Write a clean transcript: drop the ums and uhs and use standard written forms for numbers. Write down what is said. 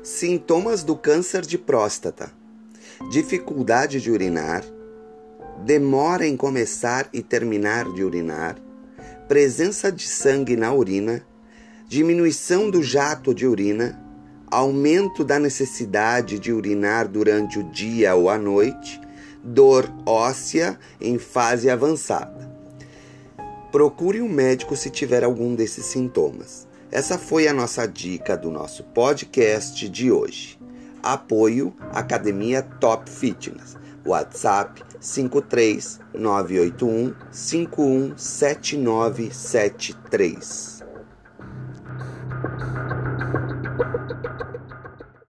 Sintomas do câncer de próstata: dificuldade de urinar, demora em começar e terminar de urinar, presença de sangue na urina, diminuição do jato de urina, aumento da necessidade de urinar durante o dia ou a noite, dor óssea em fase avançada. Procure um médico se tiver algum desses sintomas. Essa foi a nossa dica do nosso podcast de hoje. Apoio Academia Top Fitness. WhatsApp 53981 517973.